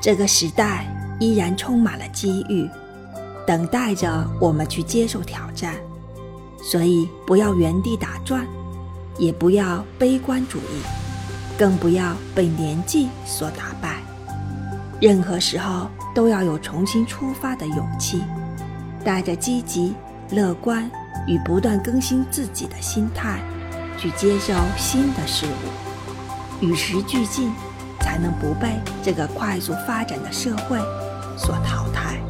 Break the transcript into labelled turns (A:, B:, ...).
A: 这个时代依然充满了机遇，等待着我们去接受挑战。所以不要原地打转，也不要悲观主义，更不要被年纪所打败。任何时候都要有重新出发的勇气，带着积极、乐观与不断更新自己的心态去接受新的事物，与时俱进，才能不被这个快速发展的社会所淘汰。